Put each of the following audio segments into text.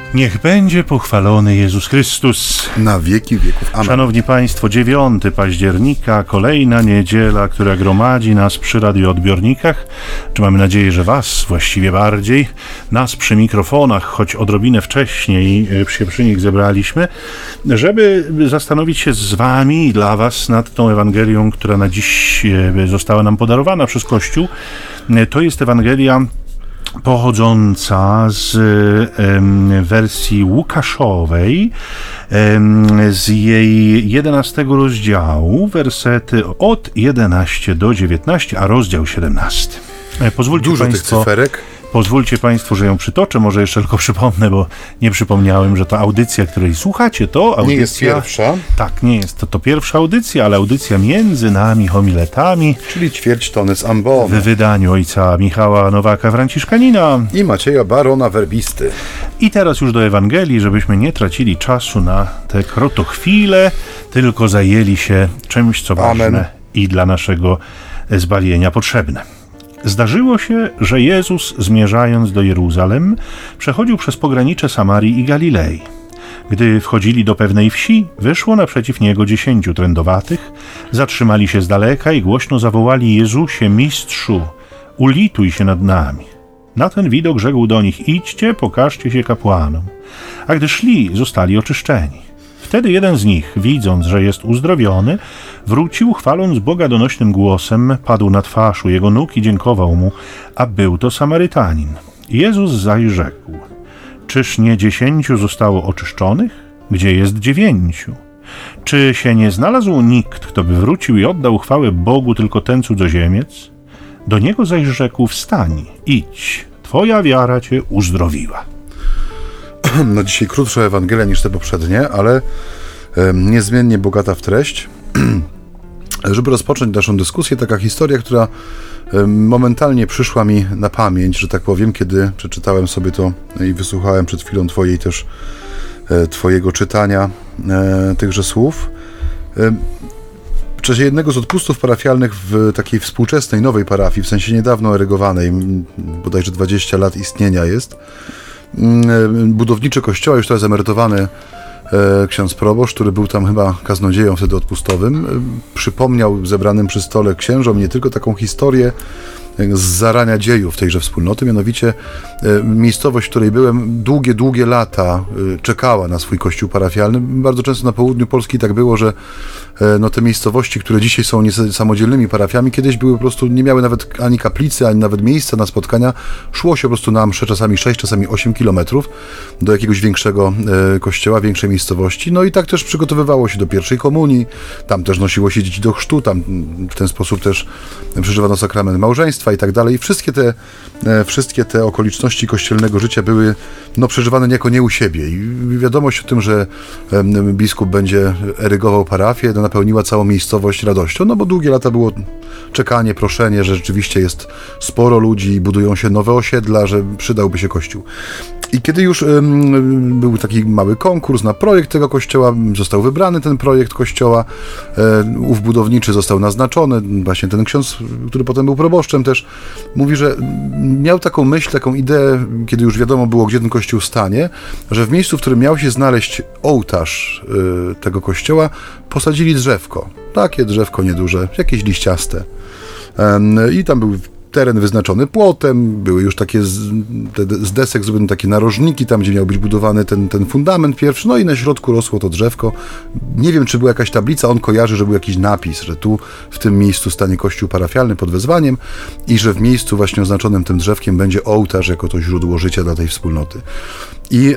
Niech będzie pochwalony Jezus Chrystus. Na wieki wieków. Amen. Szanowni Państwo, 9 października, kolejna niedziela, która gromadzi nas przy radioodbiornikach. Czy mamy nadzieję, że Was właściwie bardziej, nas przy mikrofonach, choć odrobinę wcześniej się przy nich zebraliśmy, żeby zastanowić się z Wami i dla Was nad tą Ewangelią, która na dziś została nam podarowana przez Kościół. To jest Ewangelia pochodząca z wersji Łukaszowej, z jej 11 rozdziału, wersety od 11 do 19, a rozdział 17. Pozwólcie Dużo Państwo, tych cyferek. Pozwólcie Państwo, że ją przytoczę, może jeszcze tylko przypomnę, bo nie przypomniałem, że ta audycja, której słuchacie, to audycja... Nie jest pierwsza. Tak, nie jest to pierwsza audycja, ale audycja między nami homiletami. Czyli ćwierć tony z ambonu. W wydaniu ojca Michała Nowaka-Franciszkanina. I Macieja Barona Werbisty. I teraz już do Ewangelii, żebyśmy nie tracili czasu na te krotochwile, tylko zajęli się czymś, co ważne i dla naszego zbawienia potrzebne. Zdarzyło się, że Jezus, zmierzając do Jeruzalem, przechodził przez pogranicze Samarii i Galilei. Gdy wchodzili do pewnej wsi, wyszło naprzeciw niego 10 trędowatych, zatrzymali się z daleka i głośno zawołali: Jezusie, Mistrzu, ulituj się nad nami. Na ten widok rzekł do nich: idźcie, pokażcie się kapłanom. A gdy szli, zostali oczyszczeni. Wtedy jeden z nich, widząc, że jest uzdrowiony, wrócił, chwaląc Boga donośnym głosem, padł na twarz u jego nóg i dziękował mu, a był to Samarytanin. Jezus zaś rzekł: czyż nie 10 zostało oczyszczonych? Gdzie jest 9? Czy się nie znalazł nikt, kto by wrócił i oddał chwałę Bogu, tylko ten cudzoziemiec? Do niego zaś rzekł: wstań, idź, twoja wiara cię uzdrowiła. No dzisiaj krótsza Ewangelia niż te poprzednie, ale niezmiennie bogata w treść. Żeby rozpocząć naszą dyskusję, taka historia, która momentalnie przyszła mi na pamięć, że tak powiem, kiedy przeczytałem sobie to i wysłuchałem przed chwilą twojego czytania tychże słów. W czasie jednego z odpustów parafialnych w takiej współczesnej, nowej parafii, w sensie niedawno erygowanej, bodajże 20 lat istnienia jest, budowniczy kościoła, już teraz emerytowany ksiądz proboszcz, który był tam chyba kaznodzieją wtedy odpustowym, przypomniał zebranym przy stole księżom nie tylko taką historię z zarania dziejów tejże wspólnoty, mianowicie miejscowość, w której byłem, długie lata czekała na swój kościół parafialny. Bardzo często na południu Polski tak było, że te miejscowości, które dzisiaj są samodzielnymi parafiami, kiedyś były po prostu, nie miały nawet ani kaplicy, ani nawet miejsca na spotkania. Szło się po prostu na msze czasami 6, czasami 8 kilometrów do jakiegoś większego kościoła, większej miejscowości. No i tak też przygotowywało się do pierwszej komunii, tam też nosiło się dzieci do chrztu, tam w ten sposób też przeżywano sakrament małżeństwa i tak dalej. Wszystkie te okoliczności kościelnego życia były przeżywane niejako nie u siebie. I wiadomość o tym, że biskup będzie erygował parafię, napełniła całą miejscowość radością, bo długie lata było czekanie, proszenie, że rzeczywiście jest sporo ludzi i budują się nowe osiedla, że przydałby się kościół. I kiedy już był taki mały konkurs na projekt tego kościoła, został wybrany ten projekt kościoła, ów budowniczy został naznaczony, właśnie ten ksiądz, który potem był proboszczem też, mówi, że miał taką myśl, taką ideę, kiedy już wiadomo było, gdzie ten kościół stanie, że w miejscu, w którym miał się znaleźć ołtarz tego kościoła, posadzili drzewko. Takie drzewko nieduże, jakieś liściaste. I tam był teren wyznaczony płotem, były już takie z desek zrobione takie narożniki, tam gdzie miał być budowany ten fundament pierwszy, no i na środku rosło to drzewko. Nie wiem, czy była jakaś tablica, on kojarzy, że był jakiś napis, że tu w tym miejscu stanie kościół parafialny pod wezwaniem i że w miejscu właśnie oznaczonym tym drzewkiem będzie ołtarz jako to źródło życia dla tej wspólnoty. I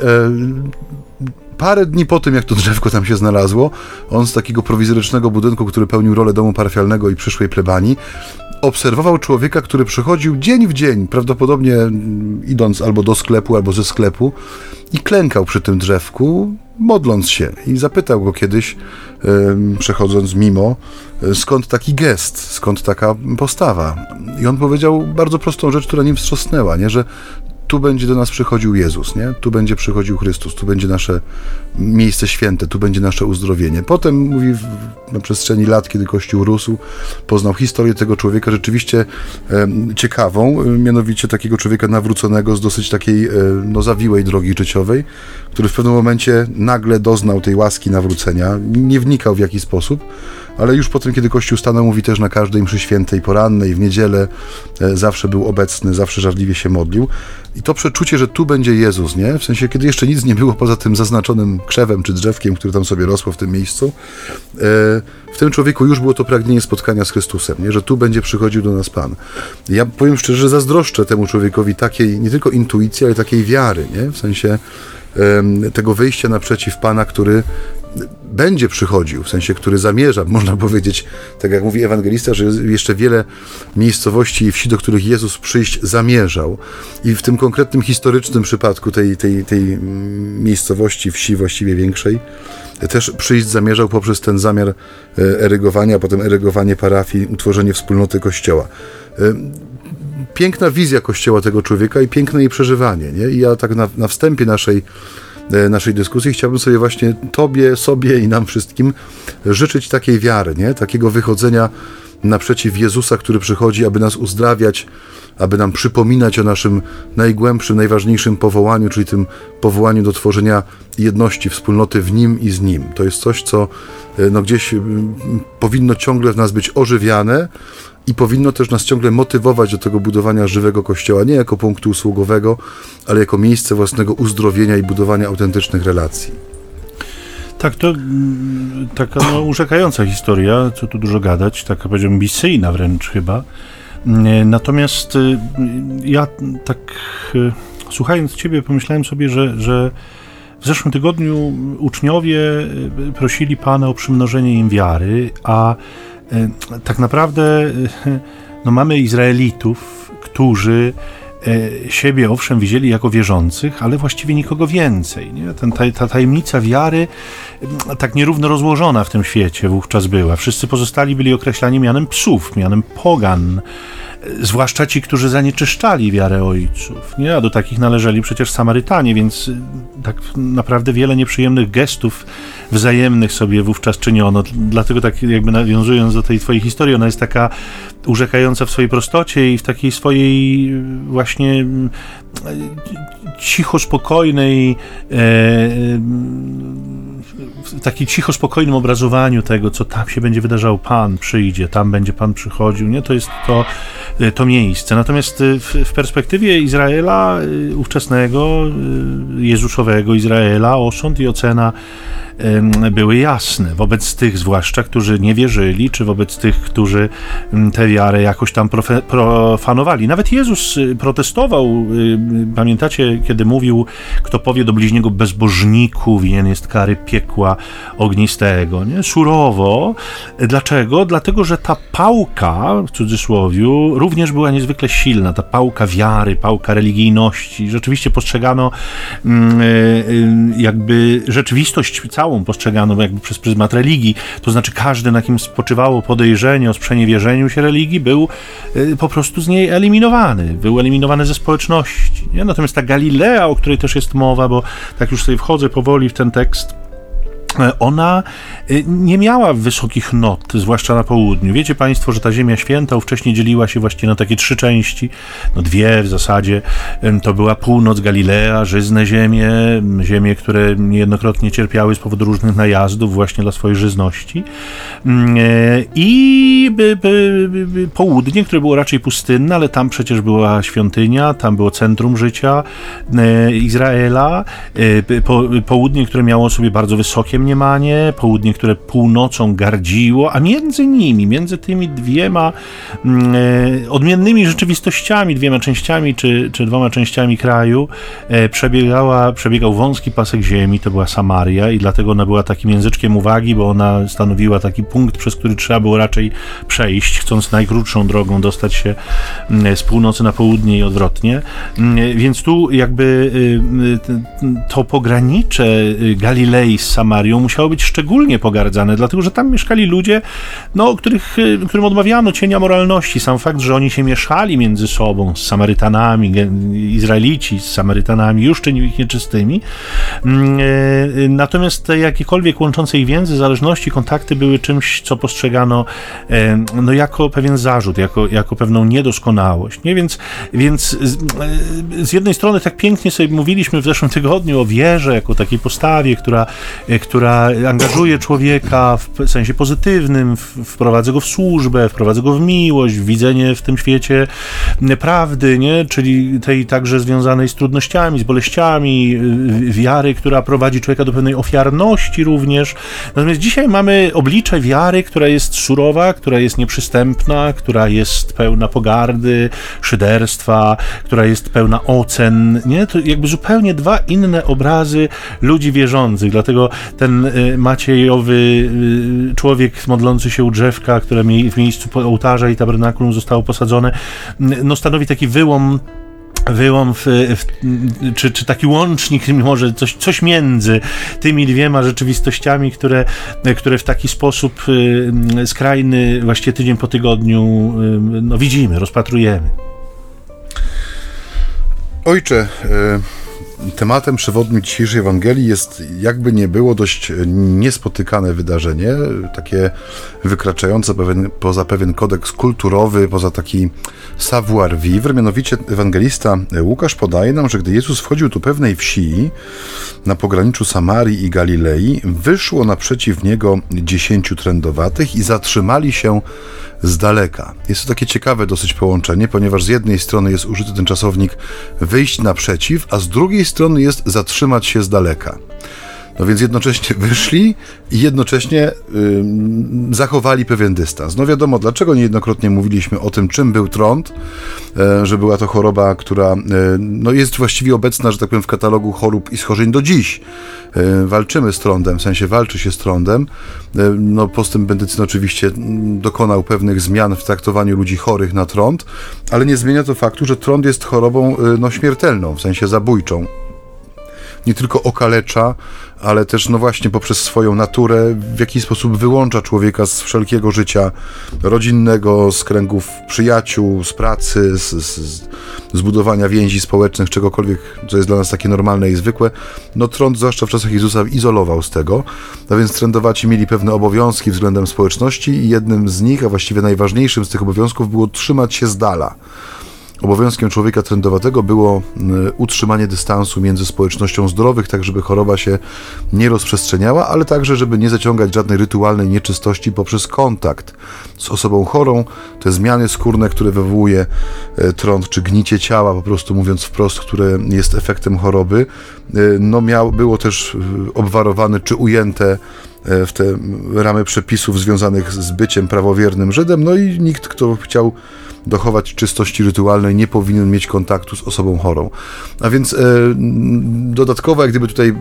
parę dni po tym, jak to drzewko tam się znalazło, on z takiego prowizorycznego budynku, który pełnił rolę domu parafialnego i przyszłej plebanii, obserwował człowieka, który przychodził dzień w dzień, prawdopodobnie idąc albo do sklepu, albo ze sklepu i klękał przy tym drzewku, modląc się. I zapytał go kiedyś, przechodząc mimo, skąd taki gest, skąd taka postawa. I on powiedział bardzo prostą rzecz, która nim wstrząsnęła, nie? Że tu będzie do nas przychodził Jezus, nie? Tu będzie przychodził Chrystus, tu będzie nasze miejsce święte, tu będzie nasze uzdrowienie. Potem, mówi, na przestrzeni lat, kiedy Kościół rósł, poznał historię tego człowieka rzeczywiście ciekawą, mianowicie takiego człowieka nawróconego z dosyć takiej zawiłej drogi życiowej, który w pewnym momencie nagle doznał tej łaski nawrócenia, nie wnikał w jaki sposób, ale już potem, kiedy Kościół stanął, mówi też na każdej mszy świętej porannej, w niedzielę, zawsze był obecny, zawsze żarliwie się modlił. I to przeczucie, że tu będzie Jezus, nie? W sensie, kiedy jeszcze nic nie było poza tym zaznaczonym krzewem czy drzewkiem, które tam sobie rosło w tym miejscu, w tym człowieku już było to pragnienie spotkania z Chrystusem, nie? Że tu będzie przychodził do nas Pan. Ja powiem szczerze, że zazdroszczę temu człowiekowi takiej, nie tylko intuicji, ale takiej wiary, nie? W sensie tego wyjścia naprzeciw Pana, który będzie przychodził, w sensie, który zamierza, można powiedzieć, tak jak mówi ewangelista, że jest jeszcze wiele miejscowości i wsi, do których Jezus przyjść zamierzał. I w tym konkretnym historycznym przypadku tej miejscowości, wsi właściwie większej, też przyjść zamierzał poprzez ten zamiar erygowania, a potem erygowanie parafii, utworzenie wspólnoty Kościoła. Piękna wizja Kościoła tego człowieka i piękne jej przeżywanie, nie? I ja tak na wstępie naszej dyskusji chciałbym sobie właśnie Tobie, sobie i nam wszystkim życzyć takiej wiary, nie? Takiego wychodzenia naprzeciw Jezusa, który przychodzi, aby nas uzdrawiać, aby nam przypominać o naszym najgłębszym, najważniejszym powołaniu, czyli tym powołaniu do tworzenia jedności, wspólnoty w Nim i z Nim. To jest coś, co gdzieś powinno ciągle w nas być ożywiane i powinno też nas ciągle motywować do tego budowania żywego Kościoła, nie jako punktu usługowego, ale jako miejsce własnego uzdrowienia i budowania autentycznych relacji. Tak, to taka urzekająca historia, co tu dużo gadać, taka, powiedziałbym, misyjna wręcz chyba. Natomiast ja tak słuchając Ciebie pomyślałem sobie, że w zeszłym tygodniu uczniowie prosili Pana o przymnożenie im wiary, a tak naprawdę mamy Izraelitów, którzy siebie owszem widzieli jako wierzących, ale właściwie nikogo więcej. Nie? Ta tajemnica wiary tak nierówno rozłożona w tym świecie wówczas była. Wszyscy pozostali byli określani mianem psów, mianem pogan, zwłaszcza ci, którzy zanieczyszczali wiarę ojców. Nie? A do takich należeli przecież Samarytanie, więc tak naprawdę wiele nieprzyjemnych gestów wzajemnych sobie wówczas czyniono. Dlatego tak jakby nawiązując do tej twojej historii, ona jest taka urzekająca w swojej prostocie i w takiej swojej właśnie cicho spokojnej w takim cicho spokojnym obrazowaniu tego, co tam się będzie wydarzało. Pan przyjdzie, tam będzie Pan przychodził, nie? To jest to miejsce. Natomiast w perspektywie Izraela ówczesnego, Jezusowego Izraela, osąd i ocena były jasne. Wobec tych zwłaszcza, którzy nie wierzyli, czy wobec tych, którzy tę wiarę jakoś tam profanowali. Nawet Jezus protestował. Pamiętacie, kiedy mówił, kto powie do bliźniego bezbożniku, winien jest kary piekła ognistego. Nie? Surowo. Dlaczego? Dlatego, że ta pałka, w cudzysłowiu, również była niezwykle silna. Ta pałka wiary, pałka religijności. Rzeczywiście postrzegano jakby rzeczywistość całą postrzegano jakby przez pryzmat religii, to znaczy każdy, na kim spoczywało podejrzenie o sprzeniewierzeniu się religii, był po prostu z niej eliminowany, był eliminowany ze społeczności. Nie? Natomiast ta Galilea, o której też jest mowa, bo tak już sobie wchodzę powoli w ten tekst, ona nie miała wysokich not, zwłaszcza na południu. Wiecie Państwo, że ta Ziemia Święta ówcześnie dzieliła się właściwie na takie 3 części, dwie w zasadzie. To była północ, Galilea, żyzne ziemie, które niejednokrotnie cierpiały z powodu różnych najazdów właśnie dla swojej żyzności. I południe, które było raczej pustynne, ale tam przecież była świątynia, tam było centrum życia Izraela. Południe, które miało sobie bardzo wysokie mniemanie, południe, które północą gardziło, a między tymi dwiema odmiennymi rzeczywistościami, dwiema częściami, czy 2 częściami kraju przebiegał wąski pasek ziemi, to była Samaria i dlatego ona była takim języczkiem uwagi, bo ona stanowiła taki punkt, przez który trzeba było raczej przejść, chcąc najkrótszą drogą dostać się z północy na południe i odwrotnie. Więc tu jakby to pogranicze Galilei z Samarią Ewangelią musiało być szczególnie pogardzane, dlatego że tam mieszkali ludzie, którym odmawiano cienia moralności. Sam fakt, że oni się mieszali między sobą z Samarytanami, Izraelici z Samarytanami, już czynił ich nieczystymi. Natomiast te jakiekolwiek łączące ich więzy, zależności, kontakty były czymś, co postrzegano jako pewien zarzut, jako pewną niedoskonałość. Nie? Więc z jednej strony tak pięknie sobie mówiliśmy w zeszłym tygodniu o wierze, jako takiej postawie, która angażuje człowieka w sensie pozytywnym, wprowadza go w służbę, wprowadza go w miłość, w widzenie w tym świecie prawdy, nie? Czyli tej także związanej z trudnościami, z boleściami, wiary, która prowadzi człowieka do pewnej ofiarności również. Natomiast dzisiaj mamy oblicze wiary, która jest surowa, która jest nieprzystępna, która jest pełna pogardy, szyderstwa, która jest pełna ocen, nie? To jakby zupełnie dwa inne obrazy ludzi wierzących. Dlatego ten Maciejowy człowiek modlący się u drzewka, które w miejscu ołtarza i tabernakulum zostało posadzone, stanowi taki wyłom czy taki łącznik, może coś między tymi dwiema rzeczywistościami, które w taki sposób skrajny, właściwie tydzień po tygodniu widzimy, rozpatrujemy. Ojcze, tematem przewodnim dzisiejszej Ewangelii jest, jakby nie było, dość niespotykane wydarzenie, takie wykraczające poza pewien kodeks kulturowy, poza taki savoir vivre. Mianowicie ewangelista Łukasz podaje nam, że gdy Jezus wchodził do pewnej wsi na pograniczu Samarii i Galilei, wyszło naprzeciw Niego 10 trędowatych i zatrzymali się z daleka. Jest to takie ciekawe dosyć połączenie, ponieważ z jednej strony jest użyty ten czasownik wyjść naprzeciw, a z drugiej strony jest zatrzymać się z daleka. No więc jednocześnie wyszli i jednocześnie zachowali pewien dystans. No wiadomo, dlaczego niejednokrotnie mówiliśmy o tym, czym był trąd, że była to choroba, która jest właściwie obecna, że tak powiem, w katalogu chorób i schorzeń do dziś. Walczymy z trądem, w sensie walczy się z trądem. Postęp medycyny oczywiście dokonał pewnych zmian w traktowaniu ludzi chorych na trąd, ale nie zmienia to faktu, że trąd jest chorobą śmiertelną, w sensie zabójczą. Nie tylko okalecza, ale też właśnie poprzez swoją naturę w jakiś sposób wyłącza człowieka z wszelkiego życia rodzinnego, z kręgów przyjaciół, z pracy, z budowania więzi społecznych, czegokolwiek, co jest dla nas takie normalne i zwykłe. Trąd, zwłaszcza w czasach Jezusa, izolował z tego. No więc trędowaci mieli pewne obowiązki względem społeczności i jednym z nich, a właściwie najważniejszym z tych obowiązków, było trzymać się z dala. Obowiązkiem człowieka trędowatego było utrzymanie dystansu między społecznością zdrowych, tak żeby choroba się nie rozprzestrzeniała, ale także, żeby nie zaciągać żadnej rytualnej nieczystości poprzez kontakt z osobą chorą. Te zmiany skórne, które wywołuje trąd, czy gnicie ciała, po prostu mówiąc wprost, które jest efektem choroby, było też obwarowane czy ujęte w te ramy przepisów związanych z byciem prawowiernym Żydem, i nikt, kto chciał dochować czystości rytualnej, nie powinien mieć kontaktu z osobą chorą. A więc dodatkowo, jak gdyby tutaj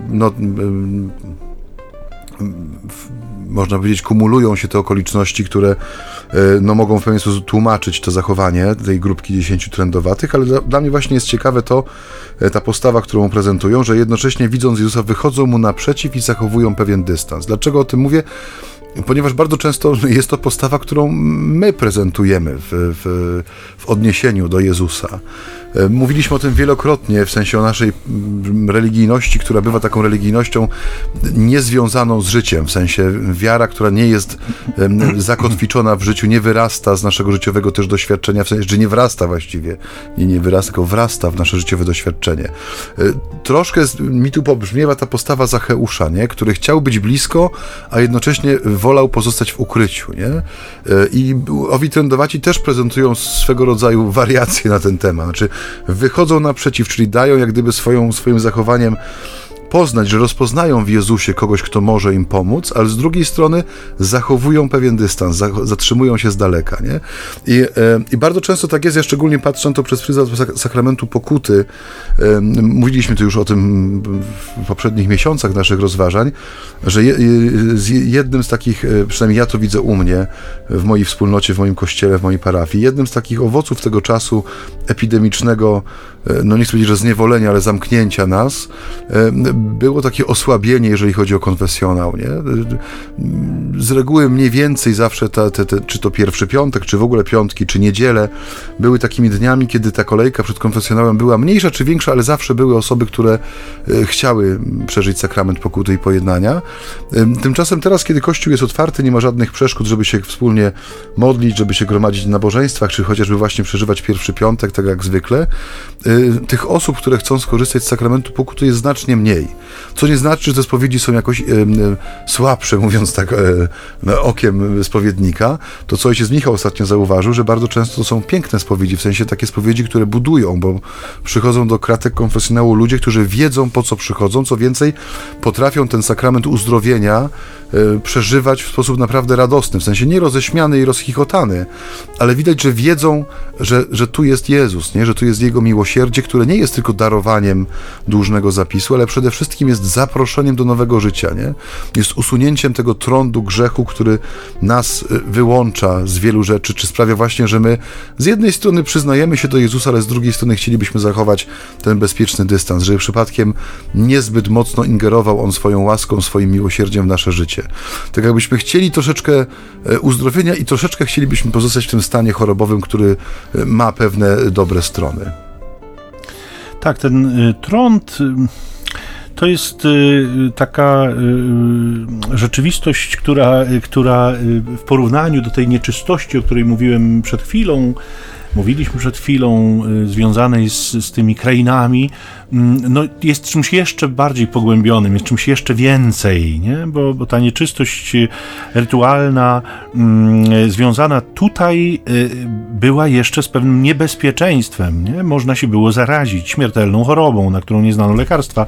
można powiedzieć, kumulują się te okoliczności, które mogą w pewien sposób tłumaczyć to zachowanie tej grupki 10 trędowatych, ale dla mnie właśnie jest ciekawe ta postawa, którą prezentują, że jednocześnie widząc Jezusa, wychodzą mu naprzeciw i zachowują pewien dystans. Dlaczego o tym mówię? Ponieważ bardzo często jest to postawa, którą my prezentujemy w odniesieniu do Jezusa. Mówiliśmy o tym wielokrotnie, w sensie o naszej religijności, która bywa taką religijnością niezwiązaną z życiem, w sensie wiara, która nie jest zakotwiczona w życiu, nie wyrasta z naszego życiowego też doświadczenia, w sensie, że nie wrasta właściwie, nie wyrasta, tylko wrasta w nasze życiowe doświadczenie. Troszkę mi tu pobrzmiewa ta postawa Zacheusza, nie? Który chciał być blisko, a jednocześnie wolał pozostać w ukryciu, nie? I owi trędowaci też prezentują swego rodzaju wariacje na ten temat. Znaczy wychodzą naprzeciw, czyli dają jak gdyby swoim zachowaniem poznać, że rozpoznają w Jezusie kogoś, kto może im pomóc, ale z drugiej strony zachowują pewien dystans, zatrzymują się z daleka, nie? I bardzo często tak jest, ja szczególnie patrzę to przez pryzmat sakramentu pokuty. Mówiliśmy tu już o tym w poprzednich miesiącach naszych rozważań, że jednym z takich, przynajmniej ja to widzę u mnie, w mojej wspólnocie, w moim kościele, w mojej parafii, jednym z takich owoców tego czasu epidemicznego no nie chcę powiedzieć, że zniewolenia, ale zamknięcia nas, było takie osłabienie, jeżeli chodzi o konfesjonał, nie? Z reguły mniej więcej zawsze czy to pierwszy piątek, czy w ogóle piątki, czy niedziele były takimi dniami, kiedy ta kolejka przed konfesjonałem była mniejsza czy większa, ale zawsze były osoby, które chciały przeżyć sakrament pokuty i pojednania. Tymczasem teraz, kiedy Kościół jest otwarty, nie ma żadnych przeszkód, żeby się wspólnie modlić, żeby się gromadzić na nabożeństwach, czy chociażby właśnie przeżywać pierwszy piątek, tak jak zwykle, tych osób, które chcą skorzystać z sakramentu pokuty, jest znacznie mniej. Co nie znaczy, że te spowiedzi są jakoś słabsze, mówiąc tak okiem spowiednika. To, co ojciec Michał ostatnio zauważył, że bardzo często to są piękne spowiedzi, w sensie takie spowiedzi, które budują, bo przychodzą do kratek konfesjonału ludzie, którzy wiedzą, po co przychodzą, co więcej, potrafią ten sakrament uzdrowienia przeżywać w sposób naprawdę radosny, w sensie nie roześmiany i rozchichotany, ale widać, że wiedzą, że tu jest Jezus, nie? Że tu jest Jego miłosierdzie, które nie jest tylko darowaniem dłużnego zapisu, ale przede wszystkim jest zaproszeniem do nowego życia, nie? Jest usunięciem tego trądu grzechu, który nas wyłącza z wielu rzeczy, czy sprawia właśnie, że my z jednej strony przyznajemy się do Jezusa, ale z drugiej strony chcielibyśmy zachować ten bezpieczny dystans, żeby przypadkiem niezbyt mocno ingerował On swoją łaską, swoim miłosierdziem w nasze życie. Tak jakbyśmy chcieli troszeczkę uzdrowienia i troszeczkę chcielibyśmy pozostać w tym stanie chorobowym, który ma pewne dobre strony. Tak, ten trąd to jest taka rzeczywistość, która w porównaniu do tej nieczystości, o której mówiliśmy przed chwilą, związanej z tymi krainami, no jest czymś jeszcze bardziej pogłębionym, jest czymś jeszcze więcej, nie? Bo ta nieczystość rytualna związana tutaj była jeszcze z pewnym niebezpieczeństwem, nie? Można się było zarazić śmiertelną chorobą, na którą nie znano lekarstwa.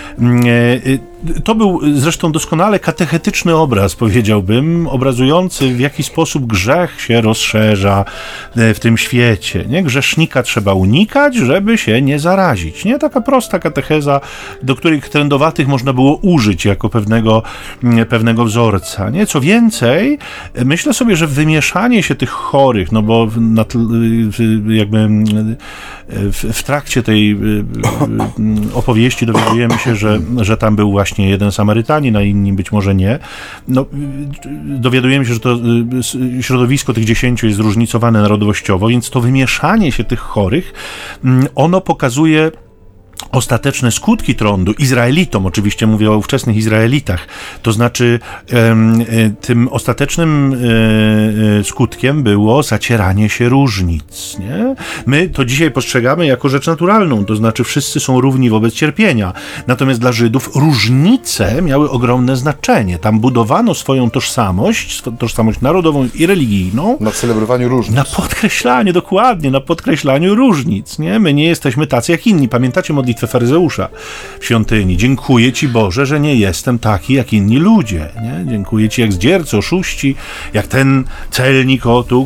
To był zresztą doskonale katechetyczny obraz, powiedziałbym, obrazujący, w jaki sposób grzech się rozszerza w tym świecie. Nie? Grzesznika trzeba unikać, żeby się nie zarazić. Nie? Taka prosta katecheza, do których trędowatych można było użyć jako pewnego wzorca. Nie? Co więcej, myślę sobie, że wymieszanie się tych chorych, no bo jakby w trakcie tej opowieści dowiadujemy się, że tam był właśnie jeden Samarytanin, a inni być może nie. No, dowiadujemy się, że to środowisko tych 10 jest zróżnicowane narodowościowo, więc to wymieszanie się tych chorych, ono pokazuje ostateczne skutki trądu Izraelitom, oczywiście mówię o ówczesnych Izraelitach, to znaczy tym ostatecznym skutkiem było zacieranie się różnic. Nie? My to dzisiaj postrzegamy jako rzecz naturalną, to znaczy wszyscy są równi wobec cierpienia, natomiast dla Żydów różnice miały ogromne znaczenie. Tam budowano swoją tożsamość narodową i religijną. Na celebrowaniu różnic. Na podkreślaniu, dokładnie, na podkreślaniu różnic. Nie? My nie jesteśmy tacy jak inni. Pamiętacie modlitwę faryzeusza w świątyni? Dziękuję Ci, Boże, że nie jestem taki jak inni ludzie. Nie? Dziękuję Ci jak zdziercy, oszuści, jak ten celnik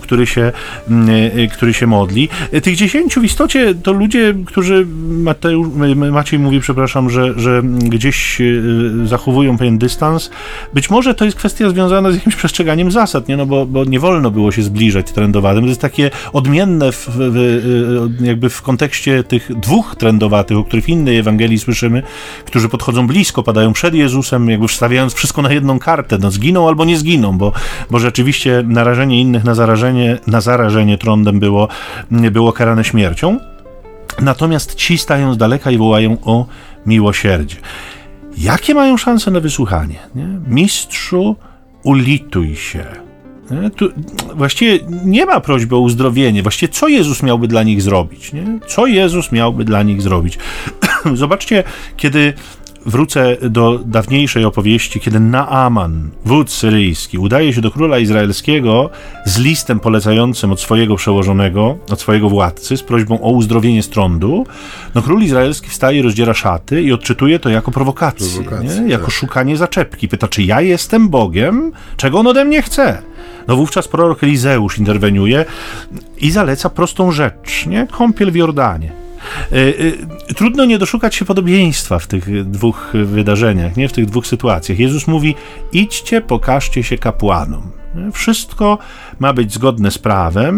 który się modli. Tych 10 w istocie to ludzie, którzy Maciej mówi, przepraszam, że gdzieś zachowują pewien dystans. Być może to jest kwestia związana z jakimś przestrzeganiem zasad, nie? No bo nie wolno było się zbliżać trędowatym. To jest takie odmienne jakby w kontekście tych dwóch trędowatych, o których w innej Ewangelii słyszymy, którzy podchodzą blisko, padają przed Jezusem, jakby wstawiając wszystko na jedną kartę. No zginą albo nie zginą, bo rzeczywiście narażenie innych na zarażenie trądem było karane śmiercią. Natomiast ci stają z daleka i wołają o miłosierdzie. Jakie mają szanse na wysłuchanie? Nie? Mistrzu, ulituj się. Nie? Tu właściwie nie ma prośby o uzdrowienie. Właściwie co Jezus miałby dla nich zrobić? Nie? Co Jezus miałby dla nich zrobić? Zobaczcie, kiedy wrócę do dawniejszej opowieści, kiedy Naaman, wódz syryjski, udaje się do króla izraelskiego z listem polecającym od swojego przełożonego, od swojego władcy, z prośbą o uzdrowienie z trądu, no król izraelski wstaje, rozdziera szaty i odczytuje to jako prowokację, nie? Jako szukanie zaczepki. Pyta, czy ja jestem Bogiem? Czego on ode mnie chce? No wówczas prorok Elizeusz interweniuje i zaleca prostą rzecz, nie? Kąpiel w Jordanie. Trudno nie doszukać się podobieństwa w tych dwóch wydarzeniach, nie? W tych dwóch sytuacjach. Jezus mówi, idźcie, pokażcie się kapłanom. Wszystko ma być zgodne z prawem,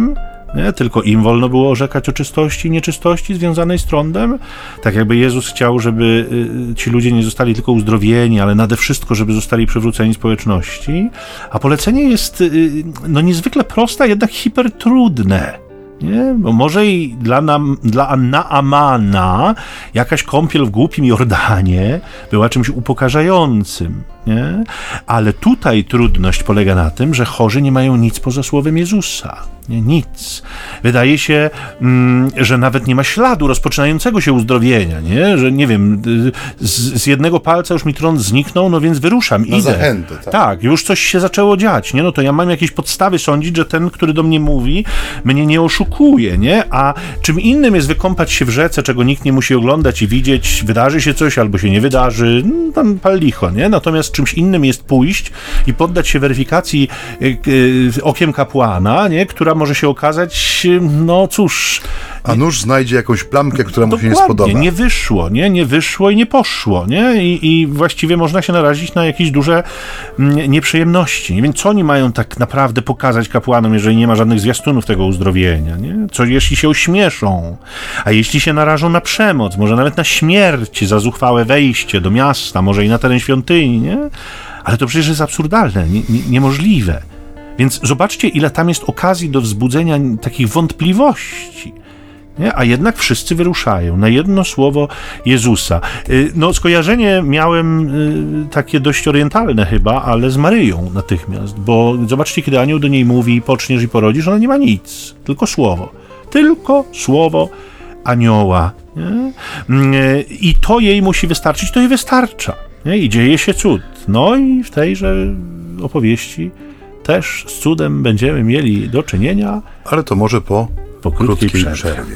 Nie? Tylko im wolno było orzekać o czystości i nieczystości związanej z trądem. Tak jakby Jezus chciał, żeby ci ludzie nie zostali tylko uzdrowieni, ale nade wszystko, żeby zostali przywróceni społeczności. A polecenie jest niezwykle proste, a jednak hipertrudne. Nie? Bo może i dla Naamana jakaś kąpiel w głupim Jordanie była czymś upokarzającym, nie? Ale tutaj trudność polega na tym, że chorzy nie mają nic poza słowem Jezusa. Nie, nic. Wydaje się, że nawet nie ma śladu rozpoczynającego się uzdrowienia, nie? Że nie wiem, z jednego palca już mi trąd zniknął, no więc wyruszam, idę. Zachętę, tak. Tak, już coś się zaczęło dziać, nie? No to ja mam jakieś podstawy sądzić, że ten, który do mnie mówi, mnie nie oszukuje, nie? A czym innym jest wykąpać się w rzece, czego nikt nie musi oglądać i widzieć, wydarzy się coś albo się nie wydarzy, tam pal licho, nie? Natomiast czymś innym jest pójść i poddać się weryfikacji okiem kapłana, nie? Która może się okazać, no cóż... A nóż znajdzie jakąś plamkę, która mu się nie spodoba. Nie wyszło, nie wyszło i nie poszło, nie? I właściwie można się narazić na jakieś duże nieprzyjemności. Więc co oni mają tak naprawdę pokazać kapłanom, jeżeli nie ma żadnych zwiastunów tego uzdrowienia, nie? Co jeśli się ośmieszą? A jeśli się narażą na przemoc, może nawet na śmierć za zuchwałe wejście do miasta, może i na teren świątyni, nie? Ale to przecież jest absurdalne, niemożliwe. Więc zobaczcie, ile tam jest okazji do wzbudzenia takich wątpliwości. Nie? A jednak wszyscy wyruszają na jedno słowo Jezusa. No, skojarzenie miałem takie dość orientalne chyba, ale z Maryją natychmiast, bo zobaczcie, kiedy anioł do niej mówi, poczniesz i porodzisz, ona nie ma nic, tylko słowo anioła. Nie? I to jej musi wystarczyć, to jej wystarcza. Nie? I dzieje się cud. No i w tejże opowieści też z cudem będziemy mieli do czynienia. Ale to może po krótkiej przerwie.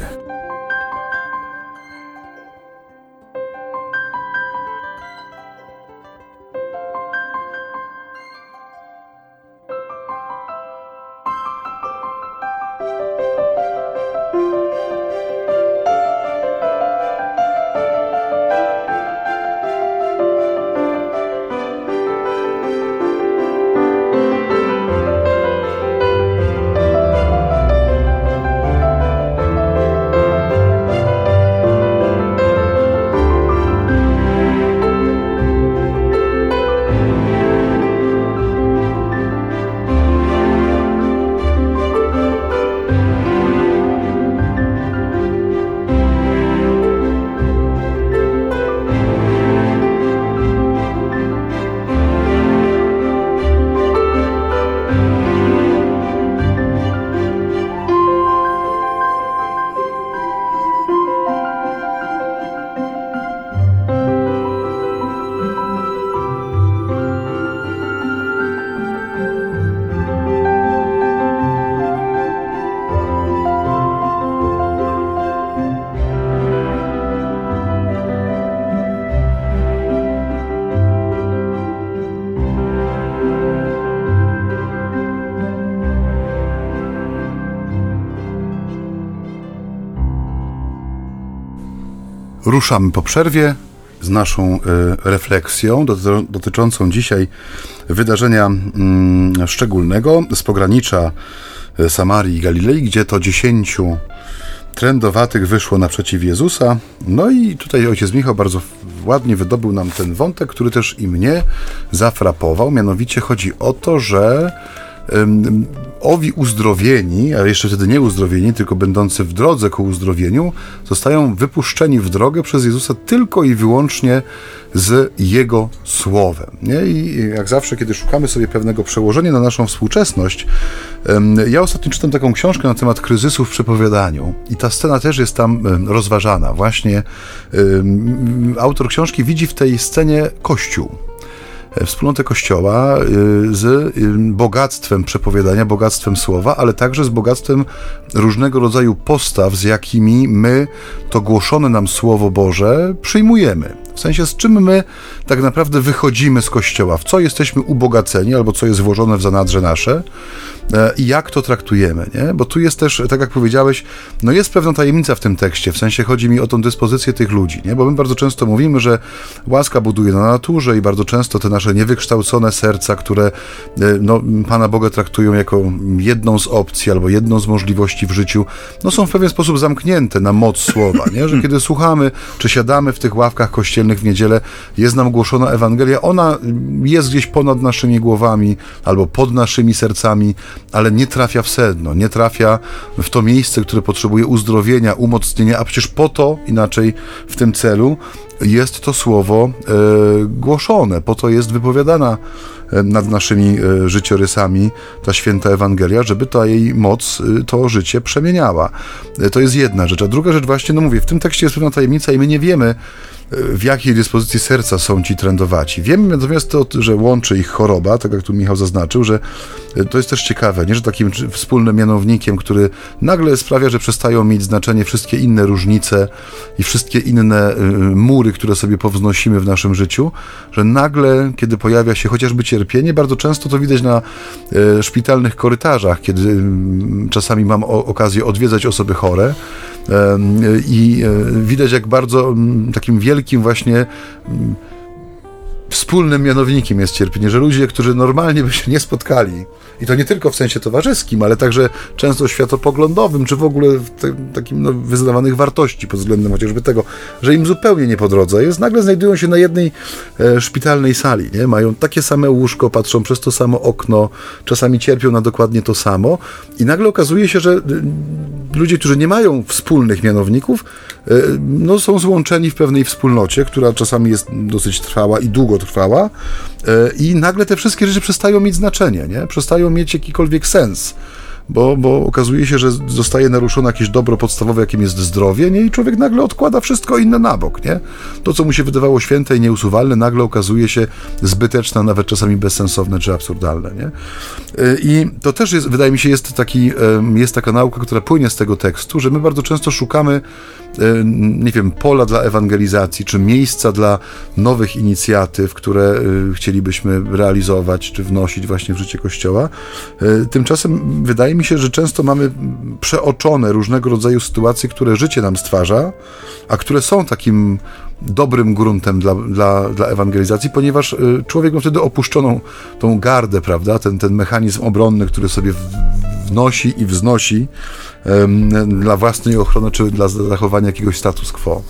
Ruszamy po przerwie z naszą refleksją dotyczącą dzisiaj wydarzenia szczególnego z pogranicza Samarii i Galilei, gdzie to 10 trędowatych wyszło naprzeciw Jezusa. No i tutaj ojciec Michał bardzo ładnie wydobył nam ten wątek, który też i mnie zafrapował. Mianowicie chodzi o to, że owi uzdrowieni, a jeszcze wtedy nie uzdrowieni, tylko będący w drodze ku uzdrowieniu, zostają wypuszczeni w drogę przez Jezusa tylko i wyłącznie z Jego słowem. Nie? I jak zawsze, kiedy szukamy sobie pewnego przełożenia na naszą współczesność, ja ostatnio czytam taką książkę na temat kryzysu w przepowiadaniu i ta scena też jest tam rozważana. Właśnie autor książki widzi w tej scenie Kościół. Wspólnotę Kościoła z bogactwem przepowiadania, bogactwem słowa, ale także z bogactwem różnego rodzaju postaw, z jakimi my to głoszone nam Słowo Boże przyjmujemy. W sensie, z czym my tak naprawdę wychodzimy z Kościoła, w co jesteśmy ubogaceni, albo co jest włożone w zanadrze nasze i jak to traktujemy, nie? Bo tu jest też, tak jak powiedziałeś, no jest pewna tajemnica w tym tekście, w sensie chodzi mi o tą dyspozycję tych ludzi, nie? Bo my bardzo często mówimy, że łaska buduje na naturze i bardzo często te nasze niewykształcone serca, które no, Pana Boga traktują jako jedną z opcji albo jedną z możliwości w życiu, no są w pewien sposób zamknięte na moc słowa, nie? Że kiedy słuchamy, czy siadamy w tych ławkach kościelnych w niedzielę, jest nam głoszona Ewangelia, ona jest gdzieś ponad naszymi głowami albo pod naszymi sercami, ale nie trafia w sedno, nie trafia w to miejsce, które potrzebuje uzdrowienia, umocnienia, a przecież po to, inaczej w tym celu, jest to słowo głoszone, po to jest wypowiadana nad naszymi życiorysami ta święta Ewangelia, żeby ta jej moc to życie przemieniała. To jest jedna rzecz. A druga rzecz właśnie, no mówię, w tym tekście jest pewna tajemnica i my nie wiemy, w jakiej dyspozycji serca są ci trędowaci. Wiemy natomiast to, że łączy ich choroba, tak jak tu Michał zaznaczył, że to jest też ciekawe, nie? Że takim wspólnym mianownikiem, który nagle sprawia, że przestają mieć znaczenie wszystkie inne różnice i wszystkie inne mury, które sobie powznosimy w naszym życiu, że nagle, kiedy pojawia się chociażby cierpienie, bardzo często to widać na szpitalnych korytarzach, kiedy czasami mam okazję odwiedzać osoby chore, i widać, jak bardzo takim wielkim właśnie wspólnym mianownikiem jest cierpienie, że ludzie, którzy normalnie by się nie spotkali, i to nie tylko w sensie towarzyskim, ale także często światopoglądowym, czy w ogóle w takim wyznawanych wartości pod względem chociażby tego, że im zupełnie nie po drodze jest, nagle znajdują się na jednej szpitalnej sali, nie? Mają takie same łóżko, patrzą przez to samo okno, czasami cierpią na dokładnie to samo i nagle okazuje się, że ludzie, którzy nie mają wspólnych mianowników, no, są złączeni w pewnej wspólnocie, która czasami jest dosyć trwała i długo trwała i nagle te wszystkie rzeczy przestają mieć znaczenie, nie? Przestają mieć jakikolwiek sens, bo okazuje się, że zostaje naruszone jakieś dobro podstawowe, jakim jest zdrowie, nie? I człowiek nagle odkłada wszystko inne na bok, nie? To, co mu się wydawało święte i nieusuwalne, nagle okazuje się zbyteczne, a nawet czasami bezsensowne czy absurdalne, nie? I to też jest, wydaje mi się, jest taka nauka, która płynie z tego tekstu, że my bardzo często szukamy, nie wiem, pola dla ewangelizacji, czy miejsca dla nowych inicjatyw, które chcielibyśmy realizować, czy wnosić właśnie w życie Kościoła. Tymczasem wydaje mi się, że często mamy przeoczone różnego rodzaju sytuacje, które życie nam stwarza, a które są takim dobrym gruntem dla ewangelizacji, ponieważ człowiek ma wtedy opuszczoną tą gardę, prawda, ten mechanizm obronny, który sobie wnosi i wznosi dla własnej ochrony, czy dla zachowania jakiegoś status quo.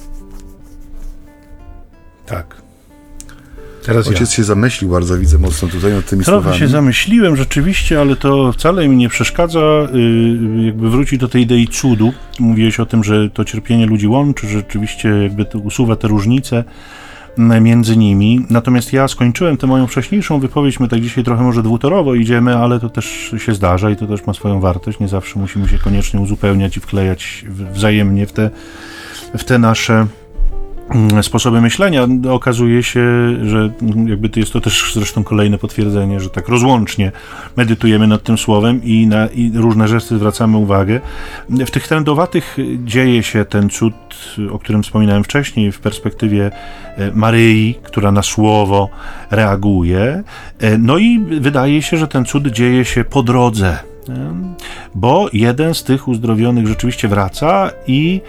Tak. Teraz ojciec się zamyślił bardzo, widzę mocno tutaj nad tymi Trochę słowami. się zamyśliłem rzeczywiście, ale to wcale mi nie przeszkadza jakby wrócić do tej idei cudu. Mówiłeś o tym, że to cierpienie ludzi łączy, że rzeczywiście jakby to usuwa te różnice między nimi. Natomiast ja skończyłem tę moją wcześniejszą wypowiedź, my tak dzisiaj trochę może dwutorowo idziemy, ale to też się zdarza i to też ma swoją wartość. Nie zawsze musimy się koniecznie uzupełniać i wklejać wzajemnie w te nasze sposoby myślenia. Okazuje się, że jakby to jest to też zresztą kolejne potwierdzenie, że tak rozłącznie medytujemy nad tym słowem i różne rzeczy zwracamy uwagę. W tych trędowatych dzieje się ten cud, o którym wspominałem wcześniej, w perspektywie Maryi, która na słowo reaguje. No i wydaje się, że ten cud dzieje się po drodze, bo jeden z tych uzdrowionych rzeczywiście wraca i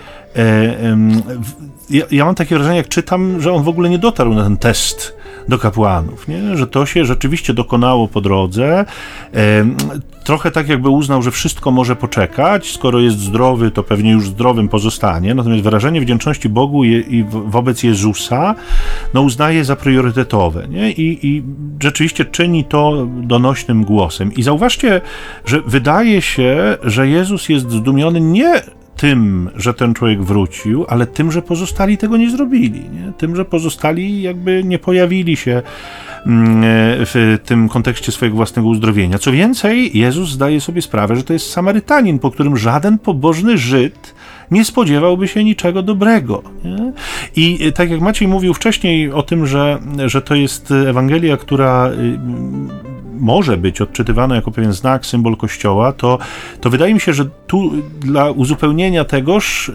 ja mam takie wrażenie, jak czytam, że on w ogóle nie dotarł na ten test do kapłanów, nie? Że to się rzeczywiście dokonało po drodze. Trochę tak jakby uznał, że wszystko może poczekać, skoro jest zdrowy, to pewnie już zdrowym pozostanie, natomiast wyrażenie wdzięczności Bogu i wobec Jezusa no uznaje za priorytetowe, nie? I rzeczywiście czyni to donośnym głosem. I zauważcie, że wydaje się, że Jezus jest zdumiony nie tym, że ten człowiek wrócił, ale tym, że pozostali tego nie zrobili, nie? Tym, że pozostali jakby nie pojawili się w tym kontekście swojego własnego uzdrowienia. Co więcej, Jezus zdaje sobie sprawę, że to jest Samarytanin, po którym żaden pobożny Żyd nie spodziewałby się niczego dobrego. Nie? I tak jak Maciej mówił wcześniej o tym, że to jest Ewangelia, która może być odczytywane jako pewien znak, symbol Kościoła, to wydaje mi się, że tu dla uzupełnienia tegoż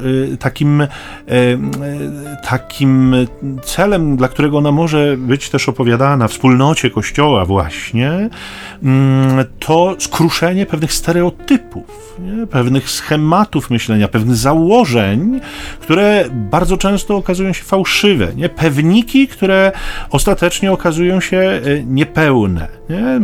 takim celem, dla którego ona może być też opowiadana w wspólnocie Kościoła właśnie, to skruszenie pewnych stereotypów, nie? Pewnych schematów myślenia, pewnych założeń, które bardzo często okazują się fałszywe, nie? Pewniki, które ostatecznie okazują się niepełne. Nie?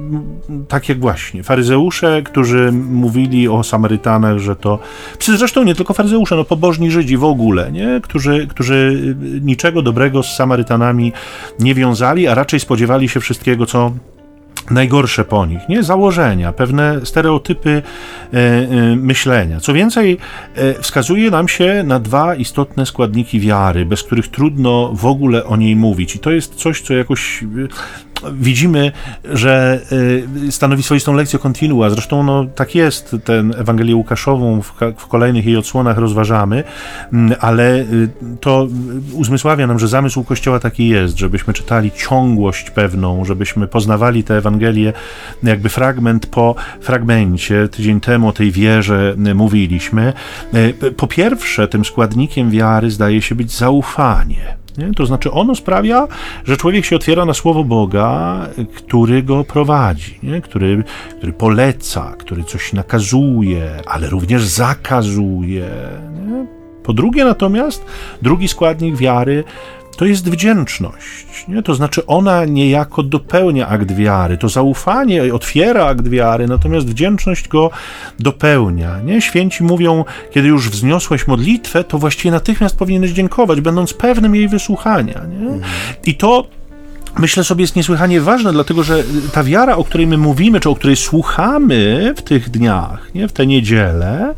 Tak jak właśnie faryzeusze, którzy mówili o Samarytanach, że to... Zresztą nie tylko faryzeusze, pobożni Żydzi w ogóle, nie? Którzy niczego dobrego z Samarytanami nie wiązali, a raczej spodziewali się wszystkiego, co najgorsze po nich, nie? Założenia, pewne stereotypy myślenia. Co więcej, wskazuje nam się na dwa istotne składniki wiary, bez których trudno w ogóle o niej mówić. I to jest coś, co jakoś widzimy, że stanowi swoistą lekcję continua. Zresztą tak jest, tę Ewangelię Łukaszową w kolejnych jej odsłonach rozważamy, ale to uzmysławia nam, że zamysł Kościoła taki jest, żebyśmy czytali ciągłość pewną, żebyśmy poznawali tę Ewangelię jakby fragment po fragmencie. Tydzień temu o tej wierze mówiliśmy. Po pierwsze, tym składnikiem wiary zdaje się być zaufanie. Nie? To znaczy ono sprawia, że człowiek się otwiera na Słowo Boga, który go prowadzi, nie? Który poleca, który coś nakazuje, ale również zakazuje. Nie? Po drugie natomiast, drugi składnik wiary to jest wdzięczność. Nie? To znaczy ona niejako dopełnia akt wiary. To zaufanie otwiera akt wiary, natomiast wdzięczność go dopełnia. Nie? Święci mówią, kiedy już wzniosłeś modlitwę, to właściwie natychmiast powinieneś dziękować, będąc pewnym jej wysłuchania. Nie? I to, myślę sobie, jest niesłychanie ważne, dlatego że ta wiara, o której my mówimy, czy o której słuchamy w tych dniach, nie? W tę niedzielę,